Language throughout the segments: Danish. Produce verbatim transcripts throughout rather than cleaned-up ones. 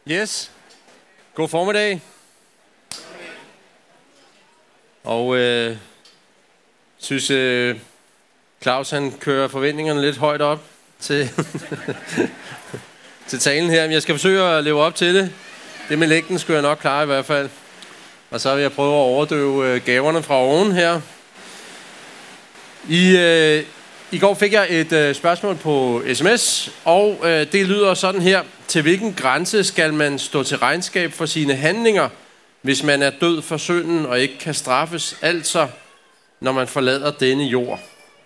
Yes. God formiddag. Og øh, synes øh, Claus han kører forventningerne lidt højt op til, til talen her. Men jeg skal forsøge at leve op til det. Det med længden skulle jeg nok klare i hvert fald. Og så vil jeg prøve at overdøve øh, gaverne fra oven her. I, øh, I går fik jeg et øh, spørgsmål på sms, og øh, det lyder sådan her. Til hvilken grænse skal man stå til regnskab for sine handlinger, hvis man er død for synden og ikke kan straffes, altså når man forlader denne jord?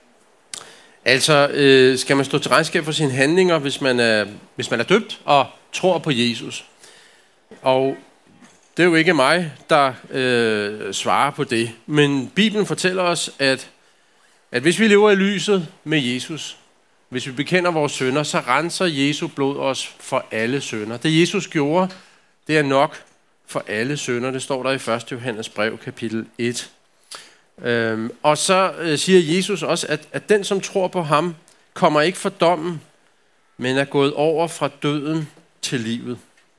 Altså øh, skal man stå til regnskab for sine handlinger, hvis man er, hvis man er døbt og tror på Jesus? Og det er jo ikke mig, der øh, svarer på det, men Bibelen fortæller os, at, at hvis vi lever i lyset med Jesus, hvis vi bekender vores synder, så renser Jesu blod os for alle synder. Det Jesus gjorde, det er nok for alle synder. Det står der i første Johannes brev, kapitel et. Øhm, og så øh, siger Jesus også, at, at den, som tror på ham, kommer ikke for dommen, men er gået over fra døden til livet.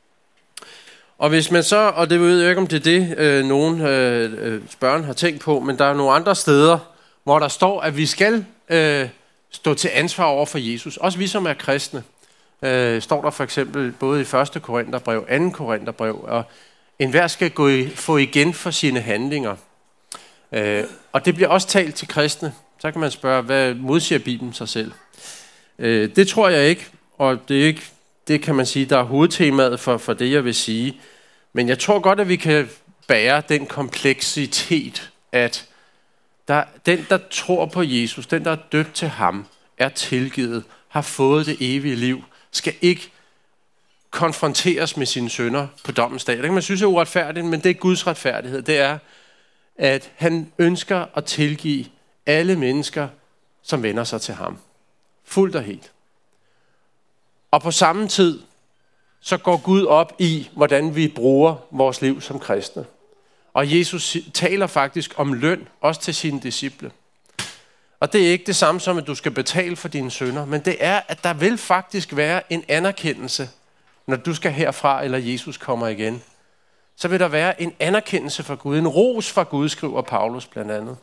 Og hvis man så, og det ved jeg ikke, om det er det, øh, nogen øh, spørgeren har tænkt på, men der er nogle andre steder, hvor der står, at vi skal øh, stå til ansvar over for Jesus. Også vi, som er kristne, øh, står der for eksempel både i første Korintherbrev, anden Korintherbrev, og enhver skal gå i, få igen for sine handlinger. Øh, og det bliver også talt til kristne. Så kan man spørge, hvad modsiger Bibelen sig selv? Øh, det tror jeg ikke, og det er ikke, det kan man sige, der er hovedtemaet for, for det, jeg vil sige. Men jeg tror godt, at vi kan bære den kompleksitet, at der, den, der tror på Jesus, den, der er døbt til ham, er tilgivet, har fået det evige liv, skal ikke konfronteres med sine synder på dommens dag. Det kan man synes er uretfærdigt, men det er Guds retfærdighed. Det er, at han ønsker at tilgive alle mennesker, som vender sig til ham. Fuldt og helt. Og på samme tid, så går Gud op i, hvordan vi bruger vores liv som kristne. Og Jesus taler faktisk om løn, også til sine disciple. Og det er ikke det samme som, at du skal betale for dine synder, men det er, at der vil faktisk være en anerkendelse, når du skal herfra, eller Jesus kommer igen. Så vil der være en anerkendelse fra Gud, en ros fra Gud, skriver Paulus blandt andet.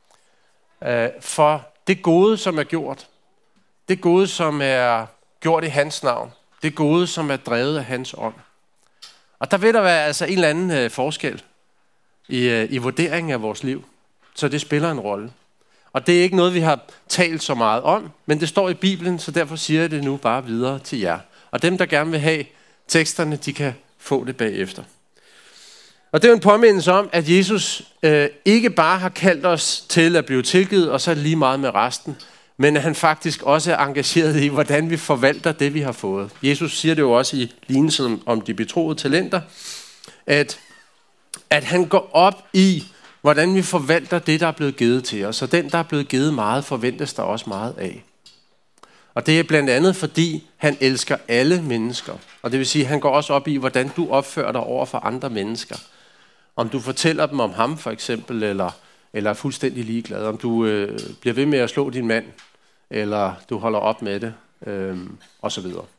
For det gode, som er gjort, det gode, som er gjort i hans navn, det gode, som er drevet af hans ånd. Og der vil der være altså en eller anden øh, forskel i, øh, i vurderingen af vores liv. Så det spiller en rolle. Og det er ikke noget, vi har talt så meget om, men det står i Bibelen, så derfor siger jeg det nu bare videre til jer. Og dem, der gerne vil have teksterne, de kan få det bagefter. Og det er jo en påmindelse om, at Jesus øh, ikke bare har kaldt os til at blive tilgivet, og så lige meget med resten, men at han faktisk også er engageret i, hvordan vi forvalter det, vi har fået. Jesus siger det jo også i lignelsen om de betroede talenter, at, at han går op i, hvordan vi forvalter det, der er blevet givet til os. Og den, der er blevet givet meget, forventes der også meget af. Og det er blandt andet, fordi han elsker alle mennesker. Og det vil sige, at han går også op i, hvordan du opfører dig over for andre mennesker. Om du fortæller dem om ham for eksempel, eller, eller er fuldstændig ligeglad. Om du øh, bliver ved med at slå din mand, eller du holder op med det, øh, og så videre.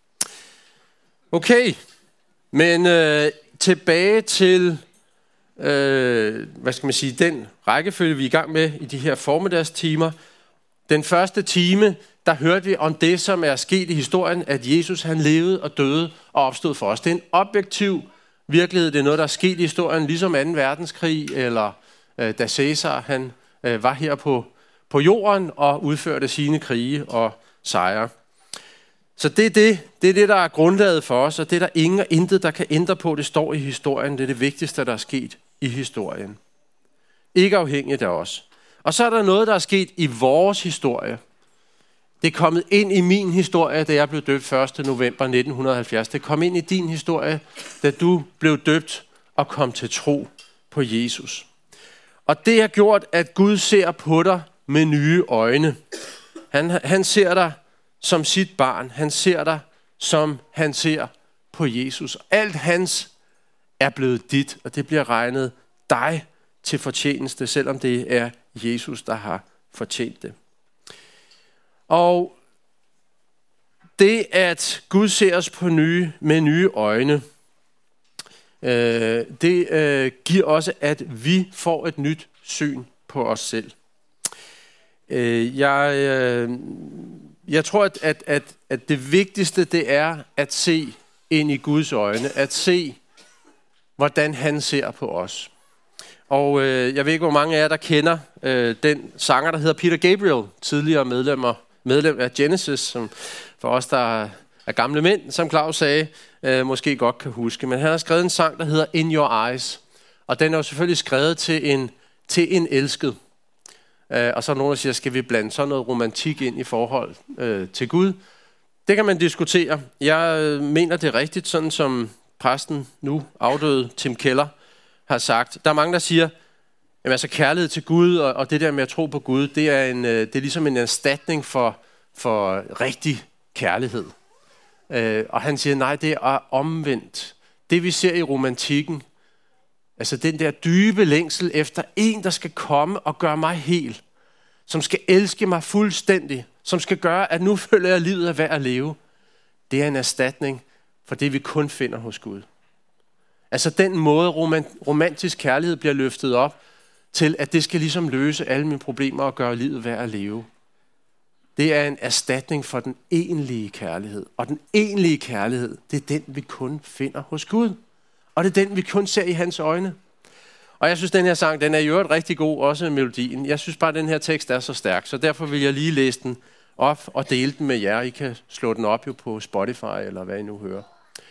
Okay, men øh, tilbage til, øh, hvad skal man sige, den rækkefølge, vi er i gang med i de her formiddagstimer. Den første time, der hørte vi om det, som er sket i historien, at Jesus han levede og døde og opstod for os. Det er en objektiv virkelighed, det er noget, der er sket i historien, ligesom anden verdenskrig, eller øh, da Cæsar han øh, var her på på jorden og udførte sine krige og sejre. Så det er det, det er det, der er grundlaget for os, og det er der ingen og intet, der kan ændre på. Det står i historien. Det er det vigtigste, der er sket i historien. Ikke afhængigt af os. Og så er der noget, der er sket i vores historie. Det er kommet ind i min historie, da jeg blev døbt første november nitten halvfjerds. Det kom ind i din historie, da du blev døbt og kom til tro på Jesus. Og det har gjort, at Gud ser på dig med nye øjne. Han, han ser dig som sit barn. Han ser dig, som han ser på Jesus. Alt hans er blevet dit, og det bliver regnet dig til fortjeneste, selvom det er Jesus, der har fortjent det. Og det, at Gud ser os på nye, med nye øjne, øh, det øh, giver også, at vi får et nyt syn på os selv. Øh, jeg, øh, jeg tror, at, at, at, at det vigtigste, det er at se ind i Guds øjne, at se, hvordan han ser på os. Og øh, jeg ved ikke, hvor mange af jer, der kender øh, den sanger, der hedder Peter Gabriel, tidligere medlemmer, medlem af Genesis, som for os, der er gamle mænd, som Claus sagde, øh, måske godt kan huske. Men han har skrevet en sang, der hedder In Your Eyes, og den er jo selvfølgelig skrevet til en, til en elsket. Øh, og så er nogen, der siger, skal vi blande sådan noget romantik ind i forhold øh, til Gud? Det kan man diskutere. Jeg øh, mener det er rigtigt, sådan som præsten nu afdøde Tim Keller har sagt. Der er mange, der siger, at altså kærlighed til Gud og, og det der med at tro på Gud, det er, en, det er ligesom en erstatning for, for rigtig kærlighed. Øh, og han siger, nej, det er omvendt. Det vi ser i romantikken, altså den der dybe længsel efter en, der skal komme og gøre mig hel, som skal elske mig fuldstændig, som skal gøre, at nu føler jeg livet er værd at leve, det er en erstatning for det, vi kun finder hos Gud. Altså den måde, romantisk kærlighed bliver løftet op til, at det skal ligesom løse alle mine problemer og gøre livet værd at leve. Det er en erstatning for den egentlige kærlighed. Og den egentlige kærlighed, det er den, vi kun finder hos Gud. Og det er den, vi kun ser i hans øjne. Og jeg synes, den her sang, den er i øvrigt rigtig god, også melodien. Jeg synes bare, at den her tekst er så stærk, så derfor vil jeg lige læse den op og dele den med jer. I kan slå den op jo på Spotify, eller hvad I nu hører.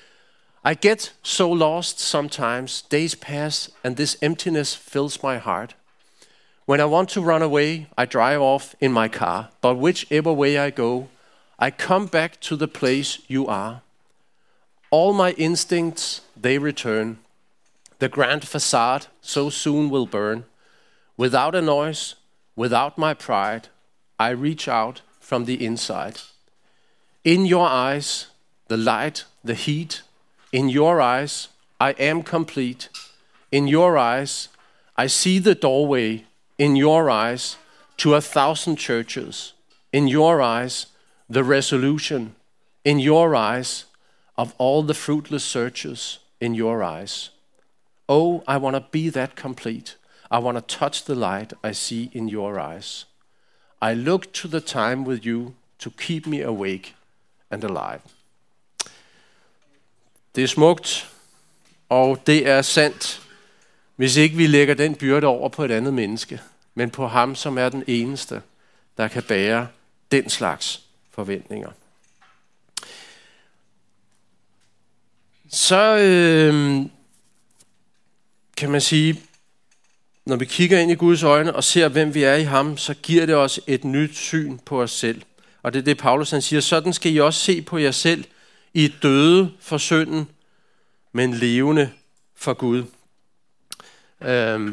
I get so lost sometimes, days pass, and this emptiness fills my heart. When I want to run away, I drive off in my car, but whichever way I go, I come back to the place you are. All my instincts, they return. The grand facade so soon will burn. Without a noise, without my pride, I reach out from the inside. In your eyes, the light, the heat. In your eyes, I am complete. In your eyes, I see the doorway. In your eyes, to a thousand churches. In your eyes, the resolution. In your eyes, of all the fruitless searches. In your eyes. Oh, I want to be that complete. I want to touch the light I see in your eyes. I look to the time with you to keep me awake and alive. Det er smukt, og det er sandt, hvis ikke vi lægger den byrde over på et andet menneske, men på ham, som er den eneste, der kan bære den slags forventninger. Så øh, kan man sige, når vi kigger ind i Guds øjne og ser, hvem vi er i ham, så giver det os et nyt syn på os selv. Og det er det, Paulus han siger, sådan skal I også se på jer selv, I døde for synden, men levende for Gud. Øhm.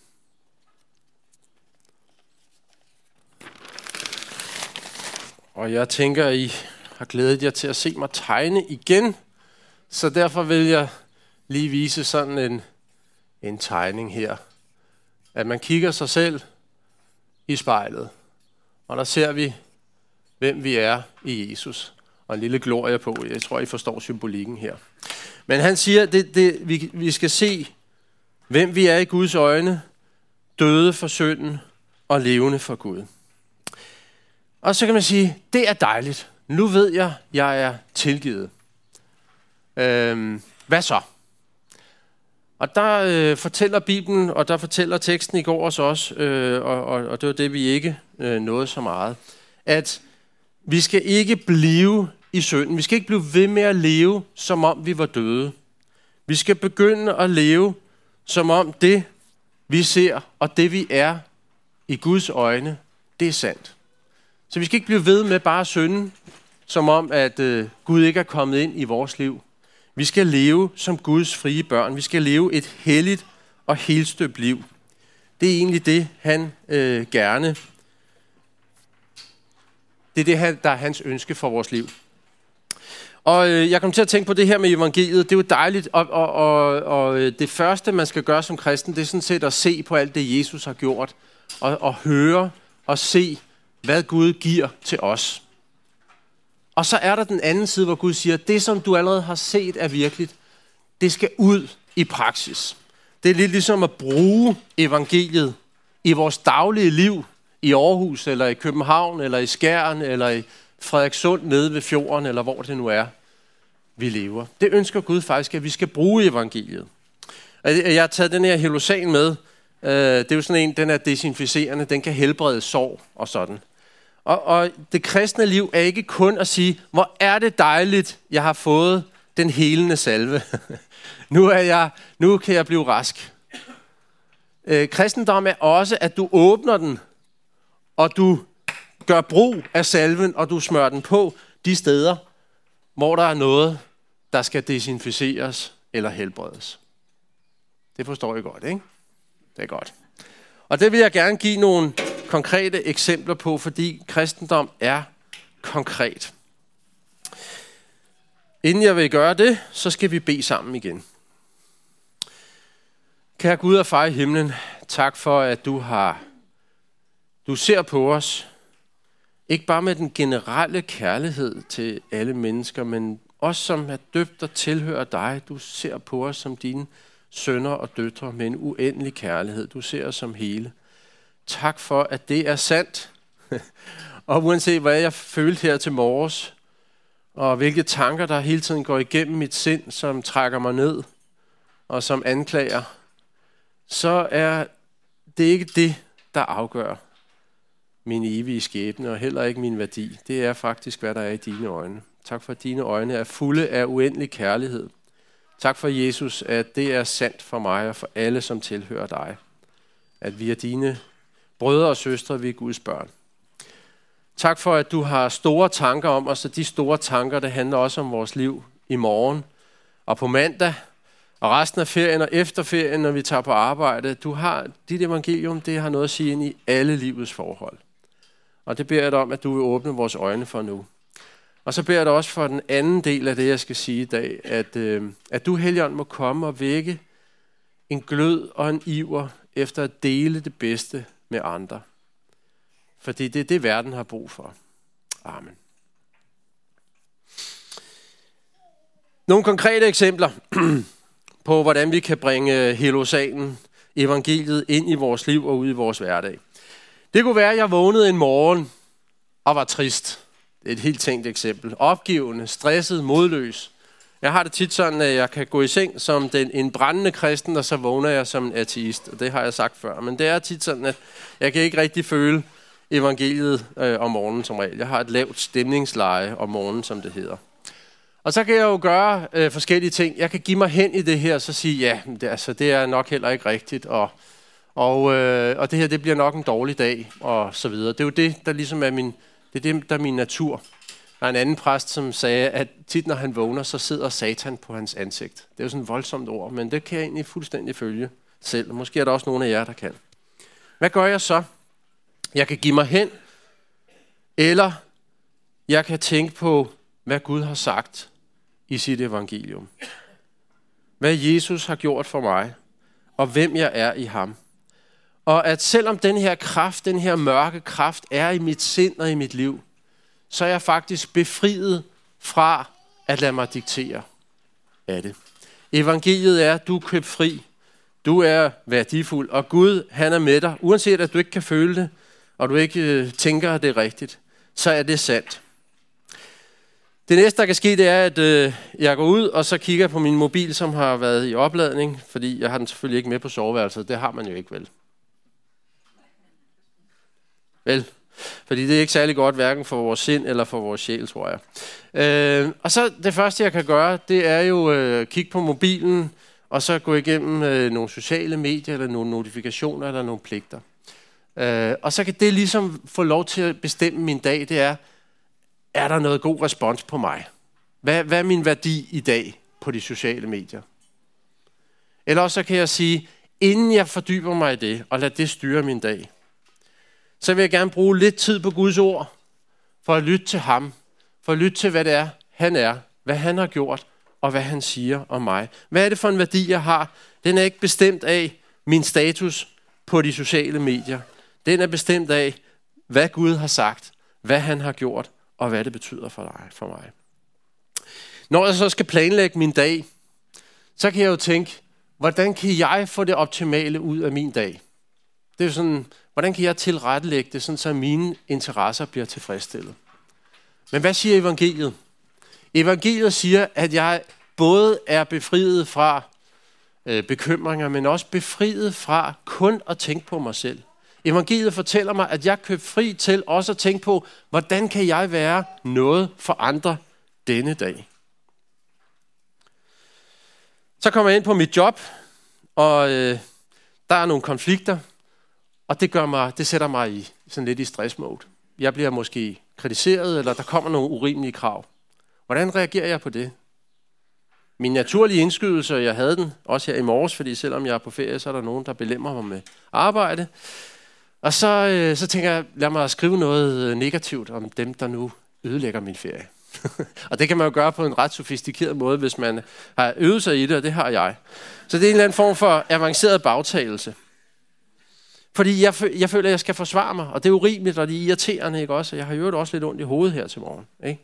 Og jeg tænker, I har glædet jer til at se mig tegne igen, så derfor vil jeg lige vise sådan en, en tegning her. At man kigger sig selv i spejlet, og der ser vi, hvem vi er i Jesus. Og en lille glorie på. Jeg tror, I forstår symbolikken her. Men han siger, at det, det, vi, vi skal se, hvem vi er i Guds øjne, døde for synden og levende for Gud. Og så kan man sige, det er dejligt. Nu ved jeg, jeg er tilgivet. Øhm, hvad så? Og der øh, fortæller Bibelen, og der fortæller teksten i går os også, øh, og, og, og det var det, vi ikke øh, nåede så meget, at vi skal ikke blive i synden. Vi skal ikke blive ved med at leve, som om vi var døde. Vi skal begynde at leve, som om det, vi ser, og det, vi er i Guds øjne, det er sandt. Så vi skal ikke blive ved med bare at synde, som om, at øh, Gud ikke er kommet ind i vores liv. Vi skal leve som Guds frie børn. Vi skal leve et helligt og helstøbt liv. Det er egentlig det, han øh, gerne. Det er det, der er hans ønske for vores liv. Og øh, jeg kom til at tænke på det her med evangeliet. Det er jo dejligt, og, og, og, og det første, man skal gøre som kristen, det er sådan set at se på alt det, Jesus har gjort. Og, og høre og se, hvad Gud giver til os. Og så er der den anden side, hvor Gud siger, det som du allerede har set er virkeligt, det skal ud i praksis. Det er lidt ligesom at bruge evangeliet i vores daglige liv i Aarhus, eller i København, eller i Skjern, eller i Frederikssund nede ved fjorden, eller hvor det nu er, vi lever. Det ønsker Gud faktisk, at vi skal bruge evangeliet. Jeg har taget den her Hellosan med. Det er jo sådan en, den er desinficerende, den kan helbrede sorg og sådan. Og, og det kristne liv er ikke kun at sige, hvor er det dejligt, jeg har fået den helende salve. nu, er jeg, nu kan jeg blive rask. Øh, kristendom er også, at du åbner den, og du gør brug af salven, og du smører den på de steder, hvor der er noget, der skal desinficeres eller helbredes. Det forstår jeg godt, ikke? Det er godt. Og det vil jeg gerne give nogle konkrete eksempler på, fordi kristendom er konkret. Inden jeg vil gøre det, så skal vi bede sammen igen. Kære Gud og far i himlen, tak for, at du har, du ser på os, ikke bare med den generelle kærlighed til alle mennesker, men os, som er døbt og tilhører dig. Du ser på os som dine sønner og døtre med en uendelig kærlighed. Du ser os som hele. Tak for, at det er sandt. Og uanset hvad jeg følte her til morges, og hvilke tanker, der hele tiden går igennem mit sind, som trækker mig ned, og som anklager, så er det ikke det, der afgør min evige skæbne, og heller ikke min værdi. Det er faktisk, hvad der er i dine øjne. Tak for, at dine øjne er fulde af uendelig kærlighed. Tak for, Jesus, at det er sandt for mig og for alle, som tilhører dig. At vi er dine brødre og søstre, vi er Guds børn. Tak for, at du har store tanker om os, og de store tanker, det handler også om vores liv i morgen og på mandag, og resten af ferien og efter ferien, når vi tager på arbejde. Du har, dit evangelium, det har noget at sige ind i alle livets forhold. Og det beder jeg dig om, at du vil åbne vores øjne for nu. Og så beder jeg dig også for den anden del af det, jeg skal sige i dag, at, øh, at du, Helligånd, må komme og vække en glød og en iver efter at dele det bedste med andre. Fordi det er det, verden har brug for. Amen. Nogle konkrete eksempler på, hvordan vi kan bringe Hellosanen, evangeliet, ind i vores liv og ud i vores hverdag. Det kunne være, at jeg vågnede en morgen og var trist. Det er et helt tænkt eksempel. Opgivende, stresset, modløs. Jeg har det tit sådan, at jeg kan gå i seng som den, en brændende kristen, og så vågner jeg som en ateist. Og det har jeg sagt før. Men det er tit sådan, at jeg kan ikke rigtig føle evangeliet øh, om morgenen som regel. Jeg har et lavt stemningsleje om morgenen, som det hedder. Og så kan jeg jo gøre øh, forskellige ting. Jeg kan give mig hen i det her, og så sige, ja, det, altså, det er nok heller ikke rigtigt, og, og, øh, og det her, det bliver nok en dårlig dag, og så videre. Det er jo det, der ligesom er min, det er det, der er min natur. Der er en anden præst, som sagde, at tit når han vågner, så sidder Satan på hans ansigt. Det er jo sådan et voldsomt ord, men det kan jeg egentlig fuldstændig følge selv. Måske er der også nogle af jer, der kan. Hvad gør jeg så? Jeg kan give mig hen, eller jeg kan tænke på, hvad Gud har sagt i sit evangelium. Hvad Jesus har gjort for mig, og hvem jeg er i ham. Og at selvom den her kraft, den her mørke kraft, er i mit sind og i mit liv, så er jeg faktisk befriet fra at lade mig diktere af det. Evangeliet er, at du er købt fri. Du er værdifuld, og Gud, han er med dig. Uanset at du ikke kan føle det, og du ikke øh, tænker, at det er rigtigt, så er det sandt. Det næste, der kan ske, det er, at øh, jeg går ud, og så kigger på min mobil, som har været i opladning, fordi jeg har den selvfølgelig ikke med på soveværelset. Det har man jo ikke, vel? Vel? Fordi det er ikke særlig godt, hverken for vores sind eller for vores sjæl, tror jeg. Øh, og så det første, jeg kan gøre, det er jo øh, kigge på mobilen, og så gå igennem øh, nogle sociale medier, eller nogle notifikationer, eller nogle pligter. Øh, og så kan det ligesom få lov til at bestemme min dag, det er, er der noget god respons på mig? Hvad, hvad er min værdi i dag på de sociale medier? Eller også så kan jeg sige, inden jeg fordyber mig i det, og lader det styre min dag, så vil jeg gerne bruge lidt tid på Guds ord, for at lytte til ham, for at lytte til, hvad det er, han er, hvad han har gjort, og hvad han siger om mig. Hvad er det for en værdi, jeg har? Den er ikke bestemt af min status på de sociale medier. Den er bestemt af, hvad Gud har sagt, hvad han har gjort, og hvad det betyder for dig, for mig. Når jeg så skal planlægge min dag, så kan jeg jo tænke, hvordan kan jeg få det optimale ud af min dag? Det er jo sådan, hvordan kan jeg tilrettelægge det, sådan så mine interesser bliver tilfredsstillet? Men hvad siger evangeliet? Evangeliet siger, at jeg både er befriet fra øh, bekymringer, men også befriet fra kun at tænke på mig selv. Evangeliet fortæller mig, at jeg er købt fri til også at tænke på, hvordan kan jeg være noget for andre denne dag? Så kommer jeg ind på mit job, og øh, der er nogle konflikter, og det gør mig, det sætter mig i sådan lidt i stressmode. Jeg bliver måske kritiseret, eller der kommer nogle urimelige krav. Hvordan reagerer jeg på det? Min naturlige indskydelse, jeg havde den også her i morges, fordi selvom jeg er på ferie, så er der nogen, der belemmer mig med arbejde. Og så, øh, så tænker jeg, lad mig skrive noget negativt om dem, der nu ødelægger min ferie. Og det kan man jo gøre på en ret sofistikeret måde, hvis man har øvet sig i det, og det har jeg. Så det er en eller anden form for avanceret bagtagelse. Fordi jeg, jeg føler, at jeg skal forsvare mig, og det er urimeligt, og det er irriterende, ikke også? Jeg har jo også lidt ondt i hovedet her til morgen, ikke?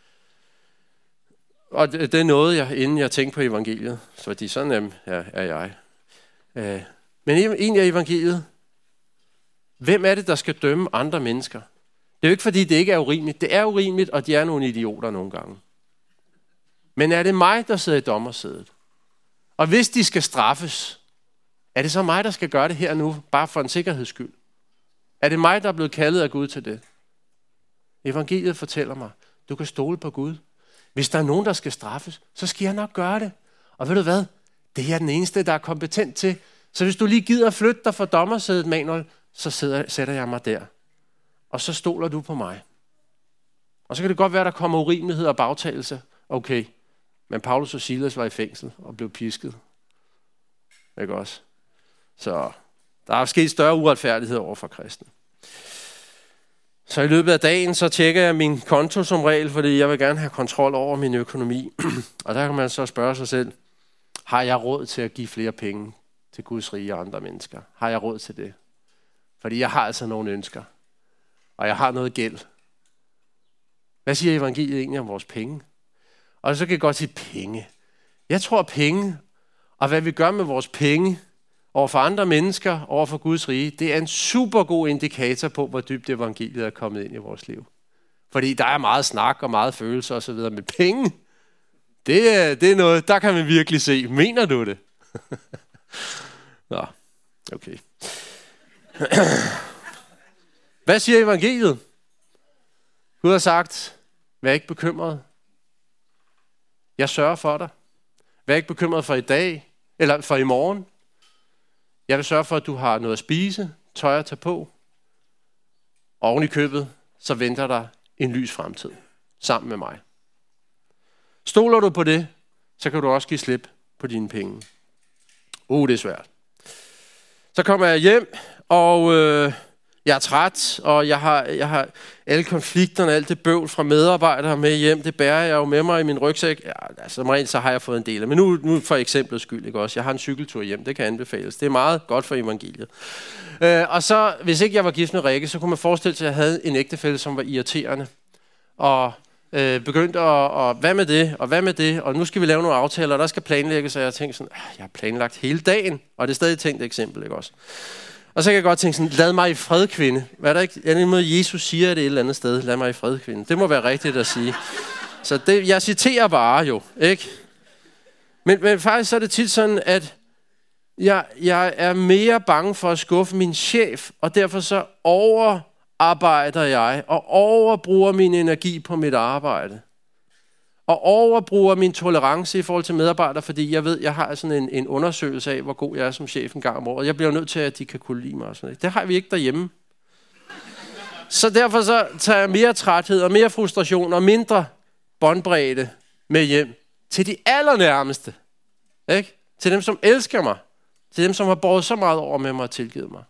Og det, det er noget, jeg, inden jeg tænkte på evangeliet, fordi sådan er, er, er jeg. Øh, men egentlig er evangeliet, hvem er det, der skal dømme andre mennesker? Det er jo ikke, fordi det ikke er urimeligt. Det er urimeligt, og de er nogle idioter nogle gange. Men er det mig, der sidder i dommersædet? Og hvis de skal straffes, er det så mig, der skal gøre det her nu, bare for en sikkerheds skyld? Er det mig, der er blevet kaldet af Gud til det? Evangeliet fortæller mig, du kan stole på Gud. Hvis der er nogen, der skal straffes, så skal jeg nok gøre det. Og ved du hvad? Det er jeg den eneste, der er kompetent til. Så hvis du lige gider flytte dig fra dommersædet, Manuel, så sidder, sætter jeg mig der. Og så stoler du på mig. Og så kan det godt være, der kommer urimelighed og bagtagelse. Okay, men Paulus og Silas var i fængsel og blev pisket. Ikke også? Så der er sket større uretfærdighed over for kristne. Så i løbet af dagen, så tjekker jeg min konto som regel, fordi jeg vil gerne have kontrol over min økonomi. Og der kan man så spørge sig selv, har jeg råd til at give flere penge til Guds rige og andre mennesker? Har jeg råd til det? Fordi jeg har altså nogle ønsker. Og jeg har noget gæld. Hvad siger evangeliet egentlig om vores penge? Og så kan jeg godt sige penge. Jeg tror penge, og hvad vi gør med vores penge, over for andre mennesker, over for Guds rige, det er en super god indikator på, hvor dybt evangeliet er kommet ind i vores liv. Fordi der er meget snak og meget følelser osv., men penge, det er, det er noget, der kan man virkelig se. Mener du det? Nå, okay. Hvad siger evangeliet? Gud har sagt, vær ikke bekymret. Jeg sørger for dig. Vær ikke bekymret for i dag, eller for i morgen. Jeg vil sørge for, at du har noget at spise, tøj at tage på. Og oven i købet, så venter der en lys fremtid sammen med mig. Stoler du på det, så kan du også give slip på dine penge. Uh, det er svært. Så kommer jeg hjem, og øh, jeg er træt, og jeg har, jeg har alle konflikterne, alt det bøvl fra medarbejdere med hjem, det bærer jeg jo med mig i min rygsæk. Ja, altså, som regel, så har jeg fået en del af. Men nu, nu for eksemplets skyld, ikke også? Jeg har en cykeltur hjem, det kan anbefales. Det er meget godt for evangeliet. Øh, og så, hvis ikke jeg var gift med Rikke, så kunne man forestille sig, at jeg havde en ægtefælle, som var irriterende. Og øh, begyndte at, og hvad med det, og hvad med det, og nu skal vi lave nogle aftaler, og der skal planlægges, og jeg tænkte sådan, jeg har planlagt hele dagen, og det er stadig et tænkt eksempel, ikke også? Og så kan jeg godt tænke sådan, lad mig i fred, kvinde. Hvad er der ikke? En måde, Jesus siger det et eller andet sted, lad mig i fred, kvinde. Det må være rigtigt at sige. Så det, jeg citerer bare jo, ikke? Men, men faktisk så er det tit sådan, at jeg, jeg er mere bange for at skuffe min chef, og derfor så overarbejder jeg, og overbruger min energi på mit arbejde. Og overbruger min tolerance i forhold til medarbejdere, fordi jeg ved, jeg har sådan en, en undersøgelse af, hvor god jeg er som chef en gang om året. Jeg bliver nødt til, at de kan kunne lide mig og sådan noget. Det har vi ikke derhjemme. Så derfor så tager jeg mere træthed og mere frustration og mindre båndbredde med hjem til de allernærmeste. Ikke? Til dem, som elsker mig. Til dem, som har båret så meget over med mig og tilgivet mig.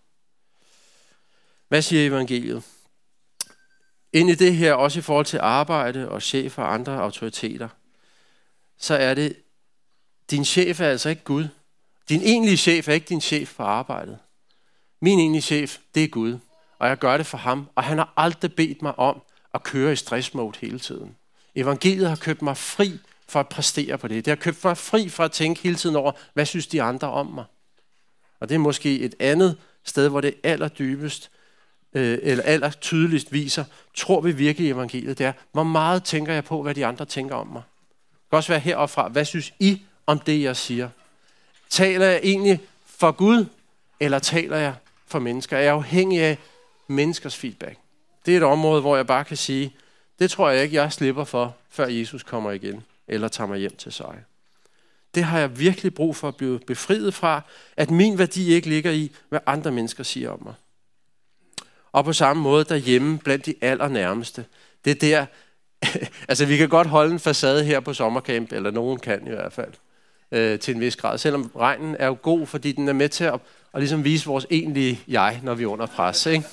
Hvad siger evangeliet? Ind i det her, også i forhold til arbejde og chef og andre autoriteter, så er det, din chef er altså ikke Gud. Din egentlige chef er ikke din chef på arbejdet. Min egentlige chef, det er Gud, og jeg gør det for ham, og han har aldrig bedt mig om at køre i stressmode hele tiden. Evangeliet har købt mig fri for at præstere på det. Det har købt mig fri for at tænke hele tiden over, hvad synes de andre om mig? Og det er måske et andet sted, hvor det allerdybest øh, eller aller tydeligst viser, tror vi virkelig i evangeliet, det er, hvor meget tænker jeg på, hvad de andre tænker om mig? Det kan også være heroppe fra, hvad synes I om det, jeg siger? Taler jeg egentlig for Gud, eller taler jeg for mennesker? Er jeg afhængig af menneskers feedback? Det er et område, hvor jeg bare kan sige, det tror jeg ikke, jeg slipper for, før Jesus kommer igen, eller tager mig hjem til sig. Det har jeg virkelig brug for at blive befriet fra, at min værdi ikke ligger i, hvad andre mennesker siger om mig. Og på samme måde derhjemme blandt de allernærmeste. Det er der, altså vi kan godt holde en facade her på sommercamp, eller nogen kan i hvert fald, øh, til en vis grad. Selvom regnen er jo god, fordi den er med til at, at ligesom vise vores egentlige jeg, når vi er under pres, ikke?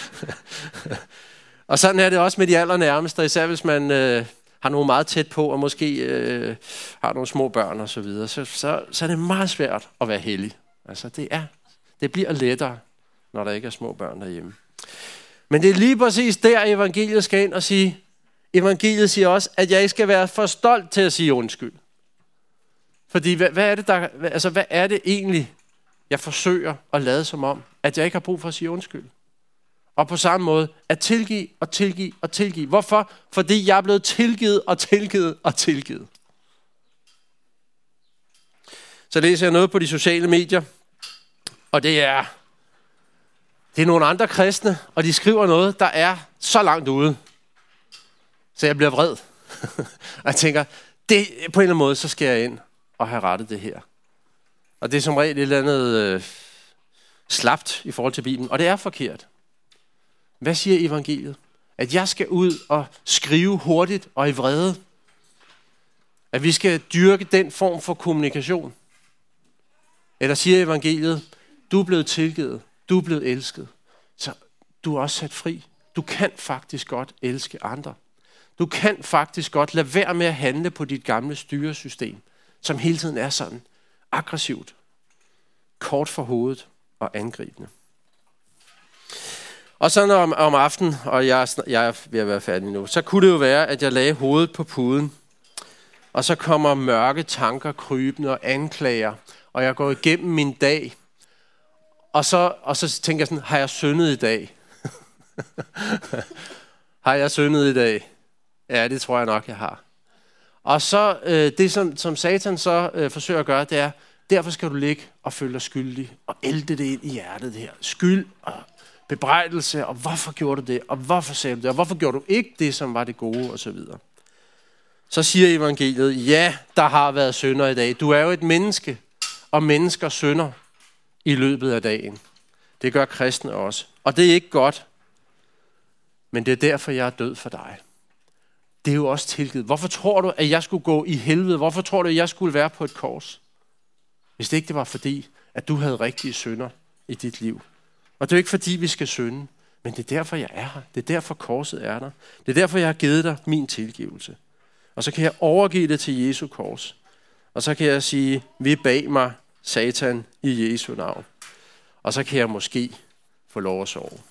Og sådan er det også med de allernærmeste, især hvis man øh, har nogen meget tæt på, og måske øh, har nogle små børn og så videre, så, så, så er det meget svært at være hellig. Altså det er, det bliver lettere, når der ikke er små børn derhjemme. Men det er lige præcis der, evangeliet skal ind og sige, evangeliet siger også, at jeg ikke skal være for stolt til at sige undskyld. Fordi hvad, hvad er det der, altså hvad er det egentlig, jeg forsøger at lade som om, at jeg ikke har brug for at sige undskyld? Og på samme måde, at tilgive og tilgive og tilgive. Hvorfor? Fordi jeg er blevet tilgivet og tilgivet og tilgivet. Så læser jeg noget på de sociale medier, og det er, det er nogle andre kristne, og de skriver noget, der er så langt ude, så jeg bliver vred. Og jeg tænker, det, på en eller anden måde, så skal jeg ind og have rettet det her. Og det er som regel et eller andet øh, slapt i forhold til Bibelen, og det er forkert. Hvad siger evangeliet? At jeg skal ud og skrive hurtigt og i vrede? At vi skal dyrke den form for kommunikation? Eller siger evangeliet, du er blevet tilgivet, du er blevet elsket, så du er også sat fri. Du kan faktisk godt elske andre. Du kan faktisk godt lade være med at handle på dit gamle styresystem, som hele tiden er sådan aggressivt, kort for hovedet og angribende. Og så om, om aftenen, og jeg, jeg er ved at være færdig nu, så kunne det jo være, at jeg lagde hovedet på puden, og så kommer mørke tanker krybende og anklager, og jeg går igennem min dag, og så, og så tænker jeg sådan, har jeg syndet i dag? Har jeg syndet i dag? Ja, det tror jeg nok, jeg har. Og så øh, det, som, som Satan så øh, forsøger at gøre, det er, derfor skal du ligge og føle dig skyldig, og ælte det ind i hjertet, det her. Skyld og bebrejdelse, og hvorfor gjorde du det, og hvorfor sagde du det, og hvorfor gjorde du ikke det, som var det gode, og så videre. Så siger evangeliet, ja, der har været synder i dag. Du er jo et menneske, og mennesker synder i løbet af dagen. Det gør kristne også. Og det er ikke godt, men det er derfor, jeg er død for dig. Det er jo også tilgivet. Hvorfor tror du, at jeg skulle gå i helvede? Hvorfor tror du, at jeg skulle være på et kors? Hvis det ikke det var fordi, at du havde rigtige synder i dit liv. Og det er jo ikke fordi, vi skal synde, men det er derfor, jeg er her. Det er derfor, korset er der. Det er derfor, jeg har givet dig min tilgivelse. Og så kan jeg overgive det til Jesu kors. Og så kan jeg sige, vi bag mig, Satan, i Jesu navn. Og så kan jeg måske få lov at sove.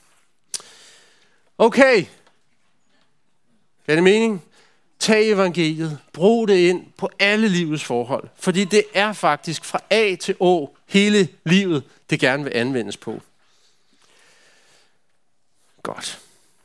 Okay. Kan det mening? Tag evangeliet. Brug det ind på alle livets forhold. Fordi det er faktisk fra A til Å hele livet, det gerne vil anvendes på. Godt.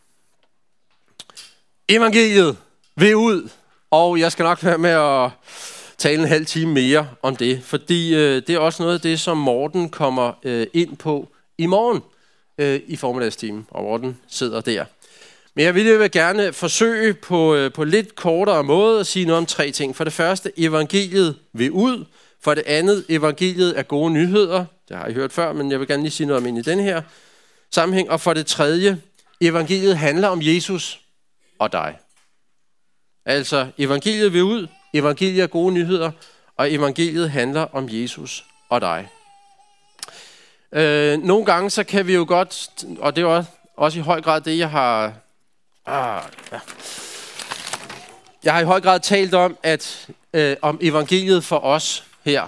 Evangeliet vil ud. Og jeg skal nok være med at tale en halv time mere om det. Fordi øh, det er også noget af det, som Morten kommer øh, ind på i morgen øh, i formiddagstimen. Og Morten sidder der. Men jeg vil jo gerne forsøge på, øh, på lidt kortere måde at sige noget om tre ting. For det første, evangeliet vil ud. For det andet, evangeliet er gode nyheder. Det har I hørt før, men jeg vil gerne lige sige noget om ind i den her sammenhæng. Og for det tredje, evangeliet handler om Jesus og dig. Altså, evangeliet vil ud, evangeliet er gode nyheder, og evangeliet handler om Jesus og dig. Øh, nogle gange så kan vi jo godt, og det er også, også i høj grad det, jeg har... Ah, ja. Jeg har i høj grad talt om, at øh, om evangeliet for os her.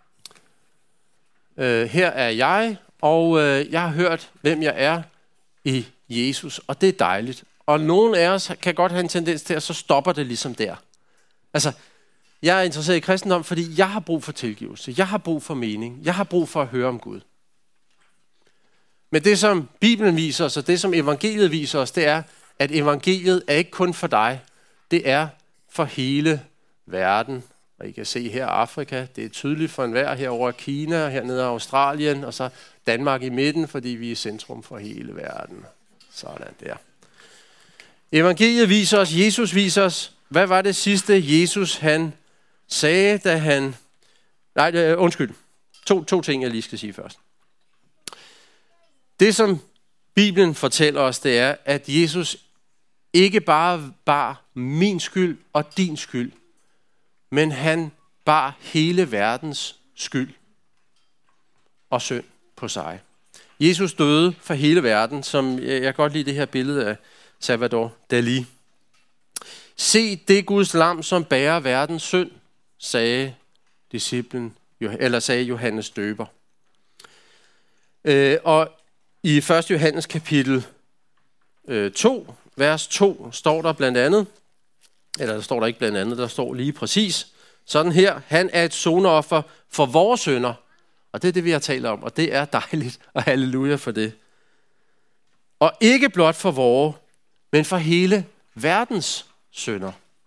Øh, her er jeg, og øh, jeg har hørt, hvem jeg er i Jesus, og det er dejligt. Og nogle af os kan godt have en tendens til, at så stopper det ligesom der. Altså, jeg er interesseret i kristendom, fordi jeg har brug for tilgivelse. Jeg har brug for mening. Jeg har brug for at høre om Gud. Men det, som Bibelen viser os, og det, som evangeliet viser os, det er, at evangeliet er ikke kun for dig. Det er for hele verden. Og I kan se her Afrika, det er tydeligt for enhver, herovre Kina, hernede Australien, og så Danmark i midten, fordi vi er centrum for hele verden. Sådan der. Evangeliet viser os, Jesus viser os, hvad var det sidste Jesus han sagde, da han... Nej, undskyld. To, to ting, jeg lige skal sige først. Det, som Bibelen fortæller os, det er, at Jesus ikke bare bar min skyld og din skyld, men han bar hele verdens skyld og synd på sig. Jesus døde for hele verden, som jeg kan godt lide det her billede af Salvador Dalí. Se det Guds lam, som bærer verdens synd, sagde disciplen, eller sagde Johannes døber. Øh, og i første Johannes kapitel øh, to, vers to, står der blandt andet, eller der står der ikke blandt andet, der står lige præcis, sådan her, han er et soneoffer for vores synder. Og det er det, vi har talt om, og det er dejligt, og halleluja for det. Og ikke blot for vores, men for hele verdens synder.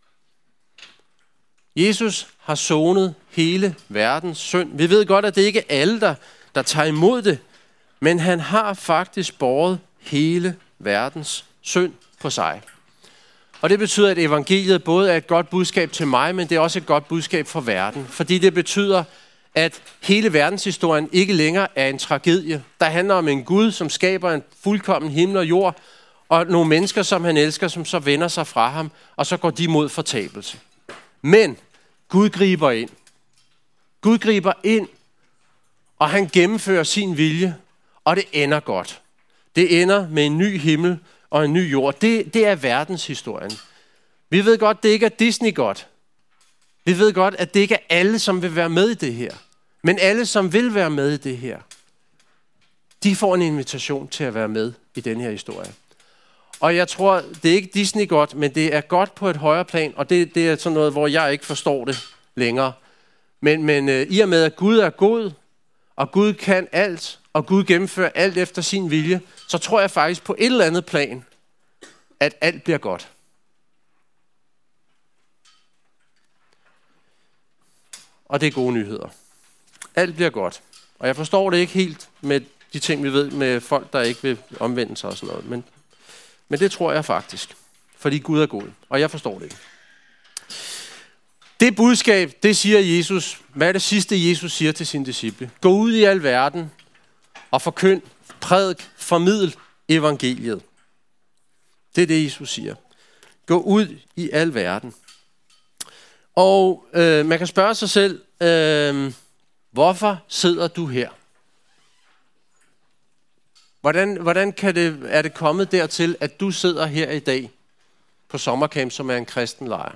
Jesus har sonet hele verdens synd. Vi ved godt, at det ikke er alle, der, der tager imod det, men han har faktisk båret hele verdens synd på sig. Og det betyder, at evangeliet både er et godt budskab til mig, men det er også et godt budskab for verden. Fordi det betyder, at hele verdenshistorien ikke længere er en tragedie. Der handler om en Gud, som skaber en fuldkommen himmel og jord, og nogle mennesker, som han elsker, som så vender sig fra ham, og så går de mod fortabelse. Men Gud griber ind. Gud griber ind, og han gennemfører sin vilje, og det ender godt. Det ender med en ny himmel og en ny jord. Det, det er verdenshistorien. Vi ved godt, det ikke er Disney godt. Vi ved godt, at det ikke er alle, som vil være med i det her. Men alle, som vil være med i det her, de får en invitation til at være med i den her historie. Og jeg tror, det er ikke Disney godt, men det er godt på et højere plan, og det, det er sådan noget, hvor jeg ikke forstår det længere. Men, men øh, i og med, at Gud er god, og Gud kan alt, og Gud gennemfører alt efter sin vilje, så tror jeg faktisk på et eller andet plan, at alt bliver godt. Og det er gode nyheder. Alt bliver godt. Og jeg forstår det ikke helt med de ting, vi ved med folk, der ikke vil omvende sig og sådan noget. Men, men det tror jeg faktisk. Fordi Gud er god. Og jeg forstår det ikke. Det budskab, det siger Jesus. Hvad er det sidste, Jesus siger til sine disciple? Gå ud i al verden og forkynd, prædik, formidl evangeliet. Det er det, Jesus siger. Gå ud i al verden. Og øh, man kan spørge sig selv, øh, hvorfor sidder du her? Hvordan, hvordan kan det, er det kommet dertil, at du sidder her i dag på sommercamp, som er en kristen lejr?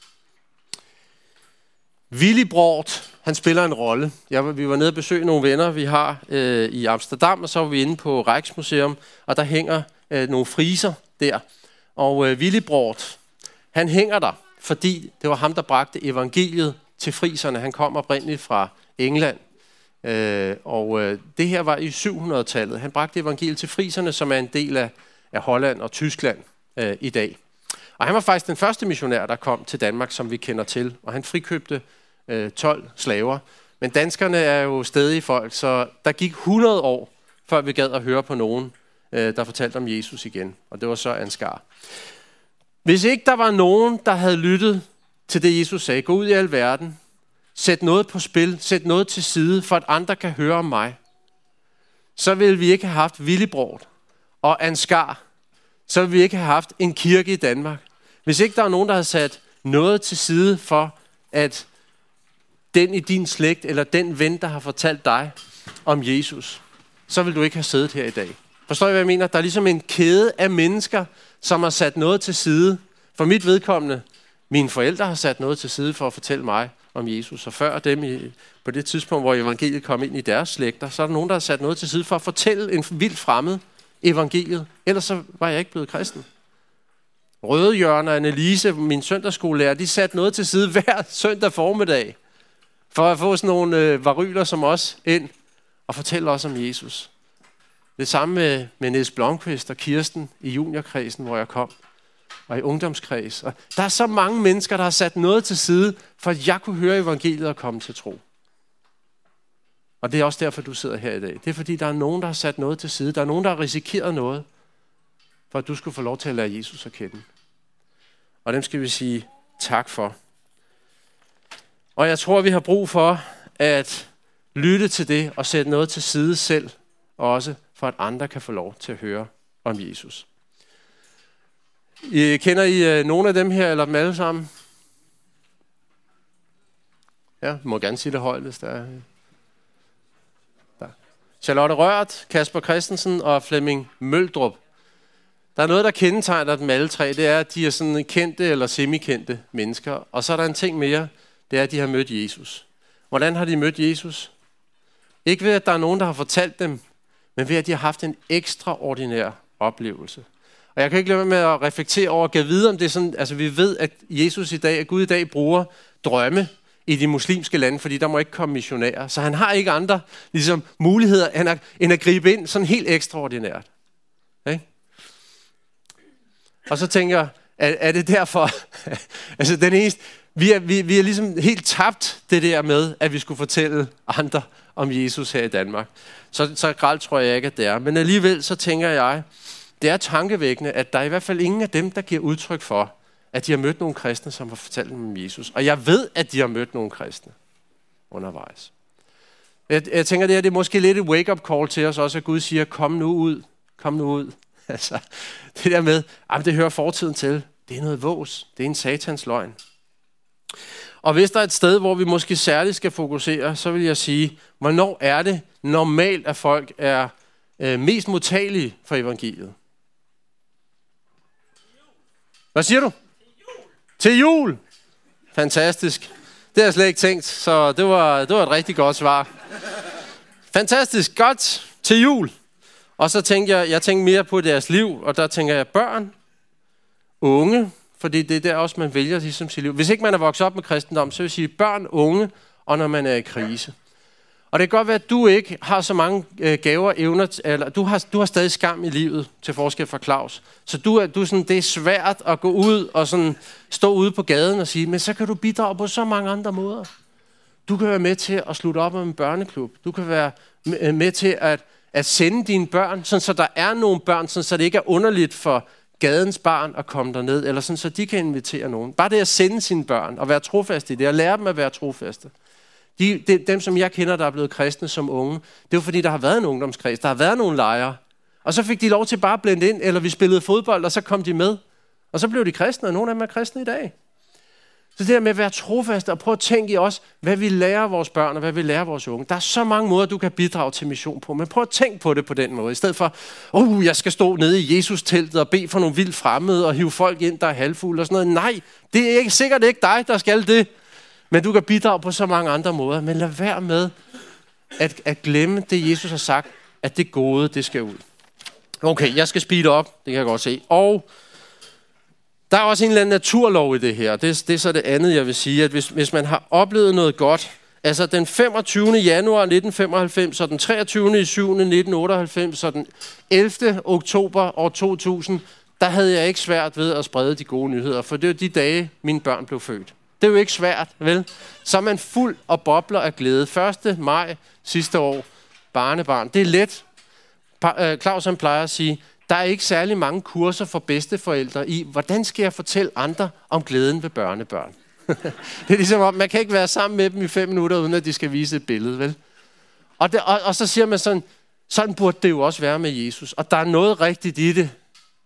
Willy Brandt, han spiller en rolle. Jeg, vi var nede og besøge nogle venner, vi har øh, i Amsterdam, og så var vi inde på Rijksmuseum, og der hænger øh, nogle friser der. Og øh, Willy Brandt, han hænger der, fordi det var ham, der bragte evangeliet til friserne. Han kom oprindeligt fra England, øh, og øh, det her var i syv hundrede-tallet. Han bragte evangeliet til friserne, som er en del af, af Holland og Tyskland øh, i dag. Og han var faktisk den første missionær, der kom til Danmark, som vi kender til, og han frikøbte øh, tolv slaver. Men danskerne er jo stedige folk, så der gik hundrede år, før vi gad at høre på nogen, øh, der fortalte om Jesus igen. Og det var så en skar. Hvis ikke der var nogen, der havde lyttet til det, Jesus sagde, gå ud i al verden, sæt noget på spil, sæt noget til side, for at andre kan høre om mig, så ville vi ikke have haft Willy Brandt og Ansgar, så ville vi ikke have haft en kirke i Danmark. Hvis ikke der var nogen, der havde sat noget til side for, at den i din slægt, eller den ven, der har fortalt dig om Jesus, så vil du ikke have siddet her i dag. Forstår I, hvad jeg mener? Der er ligesom en kæde af mennesker, som har sat noget til side. For mit vedkommende, mine forældre har sat noget til side for at fortælle mig om Jesus. Og før dem, i, på det tidspunkt, hvor evangeliet kom ind i deres slægter, så er der nogen, der har sat noget til side for at fortælle en vildt fremmed evangeliet. Ellers så var jeg ikke blevet kristen. Rødehjørne og Annelise, min søndagsskolelærer, de satte noget til side hver søndag formiddag, for at få sådan nogle øh, varyler som os ind og fortælle os om Jesus. Det samme med, med Niels Blomqvist og Kirsten i juniorkredsen, hvor jeg kom, og i ungdomskreds. Og der er så mange mennesker, der har sat noget til side, for at jeg kunne høre evangeliet og komme til tro. Og det er også derfor, du sidder her i dag. Det er fordi, der er nogen, der har sat noget til side. Der er nogen, der har risikeret noget, for at du skulle få lov til at lære Jesus at kende. Og dem skal vi sige tak for. Og jeg tror, vi har brug for at lytte til det og sætte noget til side selv, også for at andre kan få lov til at høre om Jesus. I, kender I uh, nogle af dem her, eller dem alle sammen? Ja, I må gerne sige det højt, hvis der er. Der. Charlotte Rørt, Kasper Christensen og Flemming Møldrup. Der er noget, der kendetegner dem alle tre. Det er, at de er sådan kendte eller semikendte mennesker. Og så er der en ting mere. Det er, at de har mødt Jesus. Hvordan har de mødt Jesus? Ikke ved, at der er nogen, der har fortalt dem, men ved, at de har haft en ekstraordinær oplevelse. Og jeg kan ikke lade være med at reflektere over, at jeg vide, om det er sådan, altså vi ved, at Jesus i dag, at Gud i dag bruger drømme i de muslimske lande, fordi der må ikke komme missionærer. Så han har ikke andre ligesom, muligheder, end at, end at gribe ind sådan helt ekstraordinært. Okay? Og så tænker jeg, er, er det derfor, altså den eneste, vi er, vi, vi er ligesom helt tabt det der med, at vi skulle fortælle andre om Jesus her i Danmark. Så, så grelt tror jeg ikke, at det er. Men alligevel så tænker jeg, det er tankevækkende, at der er i hvert fald ingen af dem, der giver udtryk for, at de har mødt nogle kristne, som har fortalt dem om Jesus. Og jeg ved, at de har mødt nogle kristne undervejs. Jeg, jeg tænker, det her det er måske lidt et wake-up call til os også, at Gud siger, kom nu ud, kom nu ud. Altså, det der med, at det hører fortiden til, det er noget vås, det er en satans løgn. Og hvis der er et sted, hvor vi måske særligt skal fokusere, så vil jeg sige, hvornår er det normalt, at folk er øh, mest modtagelige for evangeliet? Hvad siger du? Til jul. Fantastisk. Det har jeg slet ikke tænkt, så det var, det var et rigtig godt svar. Fantastisk, godt. Til jul. Og så tænker jeg, jeg tænker mere på deres liv, og der tænker jeg børn, unge, fordi det er der også, man vælger ligesom sit liv. Hvis ikke man er vokset op med kristendom, så vil jeg sige børn, unge, og når man er i krise. Og det kan godt være, at du ikke har så mange øh, gaver, evner, eller du har, du har stadig skam i livet, til forskel fra Claus. Så du er, du er sådan, det er svært at gå ud og sådan, stå ude på gaden og sige, men så kan du bidrage på så mange andre måder. Du kan være med til at slutte op om en børneklub. Du kan være med til at, at sende dine børn, sådan, så der er nogle børn, sådan, så det ikke er underligt for gadens barn at komme derned, eller sådan, så de kan invitere nogen. Bare det at sende sine børn og være trofaste i det, og lære dem at være trofaste. De, de, dem, som jeg kender, der er blevet kristne som unge, det er jo fordi, der har været en ungdomskreds, der har været nogle lejre, og så fik de lov til bare at blende ind, eller vi spillede fodbold, og så kom de med, og så blev de kristne, og nogle af dem er kristne i dag. Så det der med at være trofaste, og prøve at tænke i os, hvad vi lærer vores børn, og hvad vi lærer vores unge. Der er så mange måder, du kan bidrage til mission på, men prøv at tænke på det på den måde, i stedet for, åh, oh, jeg skal stå nede i Jesus-teltet og bede for nogle vildt fremmede, og hive folk ind, der er halvfulde og sådan noget. Nej, det er ikke, sikkert ikke dig, der skal det. Men du kan bidrage på så mange andre måder. Men lad være med at, at glemme det, Jesus har sagt, at det gode, det skal ud. Okay, jeg skal speede op, det kan jeg godt se. Og der er også en eller anden naturlov i det her. Det, det er så det andet, jeg vil sige, at hvis, hvis man har oplevet noget godt, altså den femogtyvende januar nitten femoghalvfems, og den treogtyvende juli nitten otteoghalvfems, og den ellevte oktober år to tusind, der havde jeg ikke svært ved at sprede de gode nyheder, for det var de dage, mine børn blev født. Det er jo ikke svært, vel? Så er man fuld og bobler af glæde. første maj sidste år, barnebarn. Det er let. Pa- Claus han plejer at sige, der er ikke særlig mange kurser for bedsteforældre i, hvordan skal jeg fortælle andre om glæden ved børnebørn? Det er ligesom om, man kan ikke være sammen med dem i fem minutter, uden at de skal vise et billede, vel? Og, det, og, og så siger man sådan, sådan burde det jo også være med Jesus. Og der er noget rigtigt i det.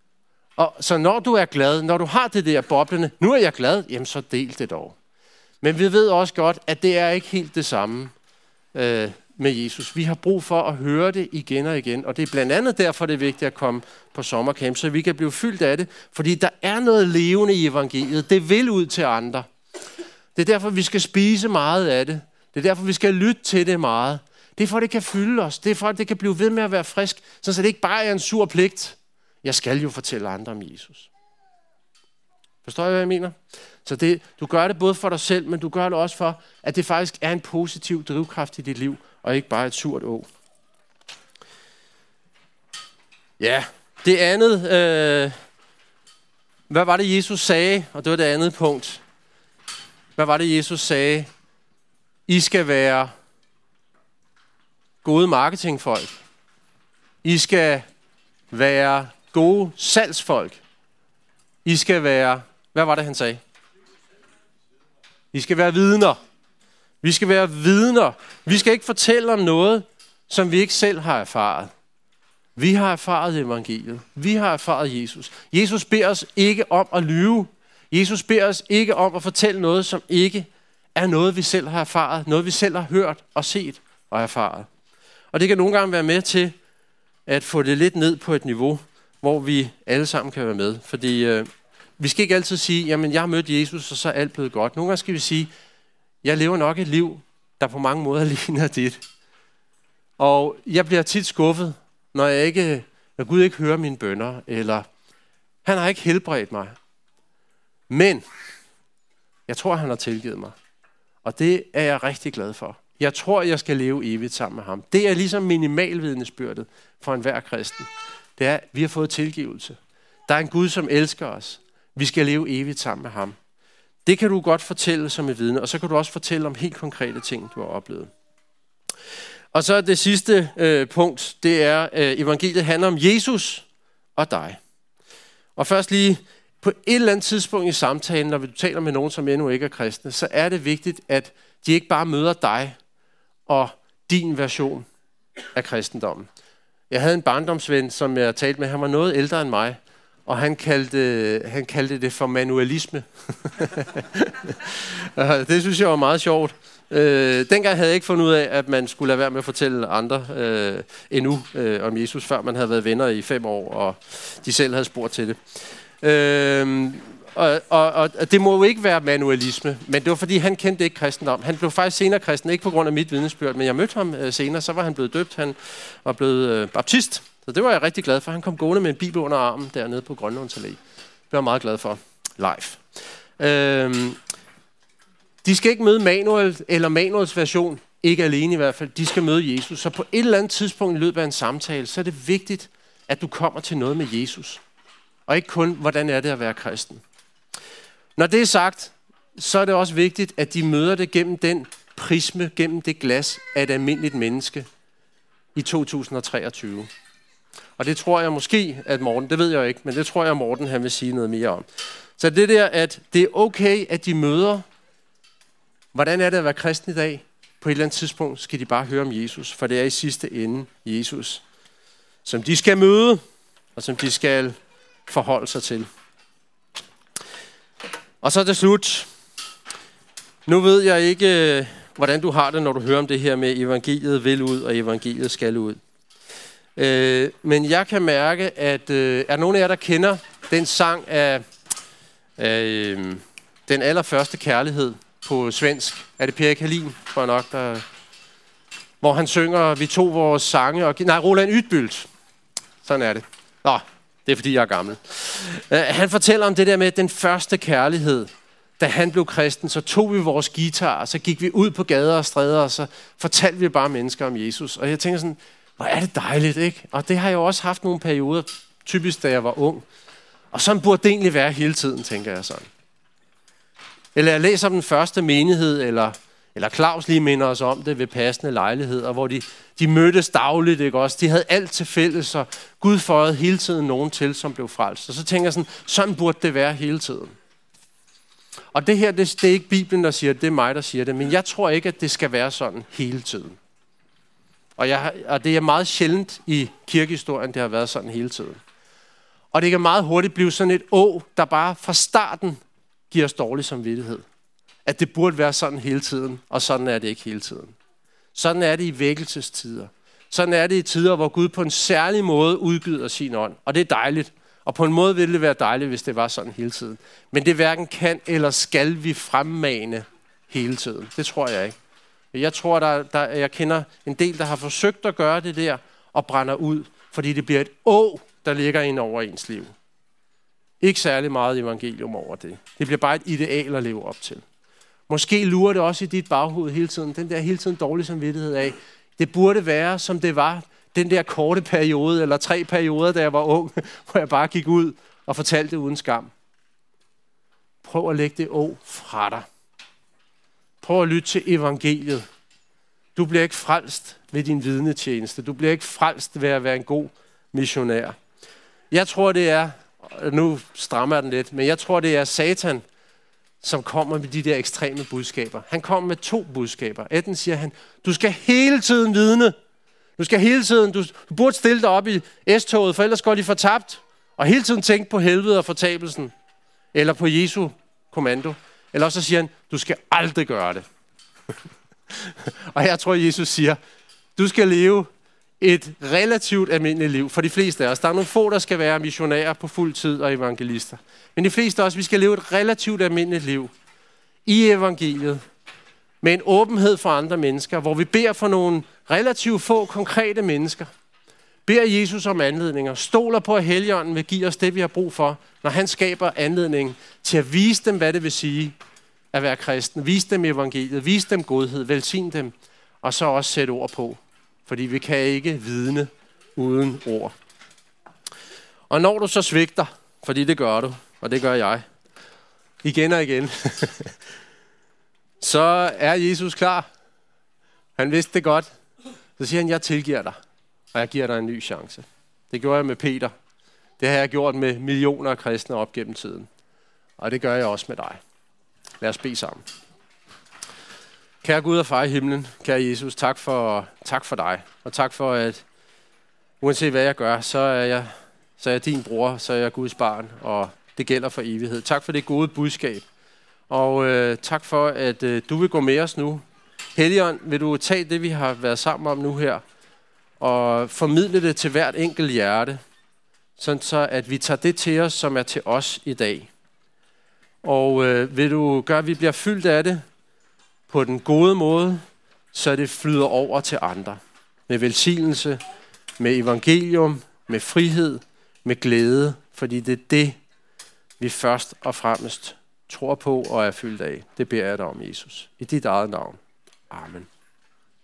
Og så når du er glad, når du har det der boblende, nu er jeg glad, jamen så del det dog. Men vi ved også godt, at det er ikke helt det samme øh, med Jesus. Vi har brug for at høre det igen og igen, og det er blandt andet derfor, det er vigtigt at komme på sommercamp, så vi kan blive fyldt af det, fordi der er noget levende i evangeliet. Det vil ud til andre. Det er derfor, vi skal spise meget af det. Det er derfor, vi skal lytte til det meget. Det er for, at det kan fylde os. Det er for, at det kan blive ved med at være frisk, så det ikke bare er en sur pligt. Jeg skal jo fortælle andre om Jesus. Forstår I, hvad jeg mener? Så det, du gør det både for dig selv, men du gør det også for, at det faktisk er en positiv drivkraft i dit liv, og ikke bare et surt å. Ja, det andet, øh, hvad var det Jesus sagde? Og det var det andet punkt. Hvad var det Jesus sagde? I skal være gode marketingfolk. I skal være gode salgsfolk. I skal være, hvad var det han sagde? I skal være vidner. Vi skal være vidner. Vi skal ikke fortælle om noget, som vi ikke selv har erfaret. Vi har erfaret evangeliet. Vi har erfaret Jesus. Jesus beder os ikke om at lyve. Jesus beder os ikke om at fortælle noget, som ikke er noget, vi selv har erfaret. Noget, vi selv har hørt og set og erfaret. Og det kan nogle gange være med til at få det lidt ned på et niveau, hvor vi alle sammen kan være med. Fordi øh, vi skal ikke altid sige, jamen jeg har mødt Jesus, og så er alt blevet godt. Nogle gange skal vi sige, jeg lever nok et liv, der på mange måder ligner dit. Og jeg bliver tit skuffet, når jeg ikke, når Gud ikke hører mine bønner, eller han har ikke helbredt mig. Men jeg tror, han har tilgivet mig. Og det er jeg rigtig glad for. Jeg tror, jeg skal leve evigt sammen med ham. Det er ligesom minimalvidnesbyrdet for enhver kristen. Det er, at vi har fået tilgivelse. Der er en Gud, som elsker os. Vi skal leve evigt sammen med ham. Det kan du godt fortælle som et vidne, og så kan du også fortælle om helt konkrete ting, du har oplevet. Og så det sidste øh, punkt, det er, øh, evangeliet handler om Jesus og dig. Og først lige, på et eller andet tidspunkt i samtalen, når du taler med nogen, som endnu ikke er kristne, så er det vigtigt, at de ikke bare møder dig og din version af kristendommen. Jeg havde en barndomsven, som jeg talte med. Han var noget ældre end mig, og han kaldte, han kaldte det for manualisme. Det synes jeg var meget sjovt. Øh, dengang havde jeg ikke fundet ud af, at man skulle lade være med at fortælle andre øh, endnu øh, om Jesus, før man havde været venner i fem år, og de selv havde spurgt til det. Øh, og, og, og det må jo ikke være manualisme, men det var fordi, han kendte ikke kristendom. Han blev faktisk senere kristen, ikke på grund af mit vidnesbyrd, men jeg mødte ham øh, senere, så var han blevet døbt, han var blevet øh, baptist. Så det var jeg rigtig glad for. Han kom gående med en bibel under armen dernede på Grønlunds Allé. Det var jeg meget glad for. Live. Øh, De skal ikke møde Manuel, eller Manuels version, ikke alene i hvert fald. De skal møde Jesus. Så på et eller andet tidspunkt i løbet af en samtale, så er det vigtigt, at du kommer til noget med Jesus. Og ikke kun, hvordan er det at være kristen. Når det er sagt, så er det også vigtigt, at de møder det gennem den prisme, gennem det glas af et almindeligt menneske i to tusind og treogtyve. Og det tror jeg måske, at Morten, det ved jeg ikke, men det tror jeg, at Morten han vil sige noget mere om. Så det der, at det er okay, at de møder. Hvordan er det at være kristen i dag? På et eller andet tidspunkt skal de bare høre om Jesus, for det er i sidste ende Jesus, som de skal møde, og som de skal forholde sig til. Og så til slut. Nu ved jeg ikke, hvordan du har det, når du hører om det her med evangeliet vil ud, og evangeliet skal ud. Men jeg kan mærke, at er nogen af jer, der kender den sang af, af den allerførste kærlighed, på svensk, er det Per Kalin, tror jeg nok, der, hvor han synger, vi tog vores sange, og nej, Roland Utbult. Sådan er det. Nå, det er fordi, jeg er gammel. Uh, han fortæller om det der med den første kærlighed. Da han blev kristen, så tog vi vores guitar, og så gik vi ud på gader og stræder, og så fortalte vi bare mennesker om Jesus. Og jeg tænker sådan, hvor er det dejligt, ikke? Og det har jeg jo også haft nogle perioder, typisk da jeg var ung. Og sådan burde det egentlig være hele tiden, tænker jeg sådan. Eller jeg læser om den første menighed, eller, eller Claus lige minder os om det ved passende lejligheder, hvor de, de mødtes dagligt, ikke også? De havde alt til fælles, og Gud føjede hele tiden nogen til, som blev frelst. Og så tænker jeg sådan, sådan burde det være hele tiden. Og det her, det, det er ikke Bibelen, der siger det, det er mig, der siger det, men jeg tror ikke, at det skal være sådan hele tiden. Og, jeg, og det er meget sjældent i kirkehistorien, det har været sådan hele tiden. Og det kan meget hurtigt blive sådan et å, der bare fra starten giver os dårlig samvittighed. At det burde være sådan hele tiden, og sådan er det ikke hele tiden. Sådan er det i vækkelsestider. Sådan er det i tider, hvor Gud på en særlig måde udgyder sin ånd. Og det er dejligt. Og på en måde ville det være dejligt, hvis det var sådan hele tiden. Men det hverken kan eller skal vi fremmane hele tiden. Det tror jeg ikke. Jeg tror, der, der, jeg kender en del, der har forsøgt at gøre det der, og brænder ud. Fordi det bliver et å, der ligger ind over ens liv. Ikke særlig meget evangelium over det. Det bliver bare et ideal at leve op til. Måske lurer det også i dit baghoved hele tiden. Den der hele tiden dårlige samvittighed af. Det burde være, som det var den der korte periode, eller tre perioder, da jeg var ung, hvor jeg bare gik ud og fortalte det uden skam. Prøv at lægge det å fra dig. Prøv at lytte til evangeliet. Du bliver ikke frelst ved din vidnetjeneste. Du bliver ikke frelst ved at være en god missionær. Jeg tror, det er, nu strammer jeg den lidt, men jeg tror, det er Satan, som kommer med de der ekstreme budskaber. Han kommer med to budskaber. Enten siger han, du skal hele tiden vidne. Du skal hele tiden, du, du burde stille dig op i S-toget, for ellers går de fortabt. Og hele tiden tænke på helvede og fortabelsen. Eller på Jesu kommando. Eller også så siger han, du skal aldrig gøre det. Og jeg tror, Jesus siger, du skal leve et relativt almindeligt liv for de fleste af os. Der er nogle få, der skal være missionærer på fuld tid og evangelister. Men de fleste af os, vi skal leve et relativt almindeligt liv i evangeliet. Med en åbenhed for andre mennesker, hvor vi beder for nogle relativt få konkrete mennesker. Beder Jesus om anledninger. Stoler på, at Helligånden vil give os det, vi har brug for, når han skaber anledning til at vise dem, hvad det vil sige at være kristen. Vise dem evangeliet. Vise dem godhed. Velsign dem. Og så også sætte ord på. Fordi vi kan ikke vidne uden ord. Og når du så svigter, fordi det gør du, og det gør jeg, igen og igen, så er Jesus klar. Han vidste det godt. Så siger han, jeg tilgiver dig, og jeg giver dig en ny chance. Det gjorde jeg med Peter. Det har jeg gjort med millioner af kristne op gennem tiden. Og det gør jeg også med dig. Lad os bede sammen. Kære Gud og far i himlen, kære Jesus, tak for, tak for dig. Og tak for, at uanset hvad jeg gør, så er jeg, så er jeg din bror, så er jeg Guds barn, og det gælder for evighed. Tak for det gode budskab. Og øh, tak for, at øh, du vil gå med os nu. Helligånd, vil du tage det, vi har været sammen om nu her, og formidle det til hvert enkelt hjerte, sådan så at vi tager det til os, som er til os i dag. Og øh, vil du gøre, at vi bliver fyldt af det på den gode måde, så det flyder over til andre. Med velsignelse, med evangelium, med frihed, med glæde, fordi det er det, vi først og fremmest tror på og er fyldt af. Det beder jeg dig om, Jesus. I dit eget navn. Amen.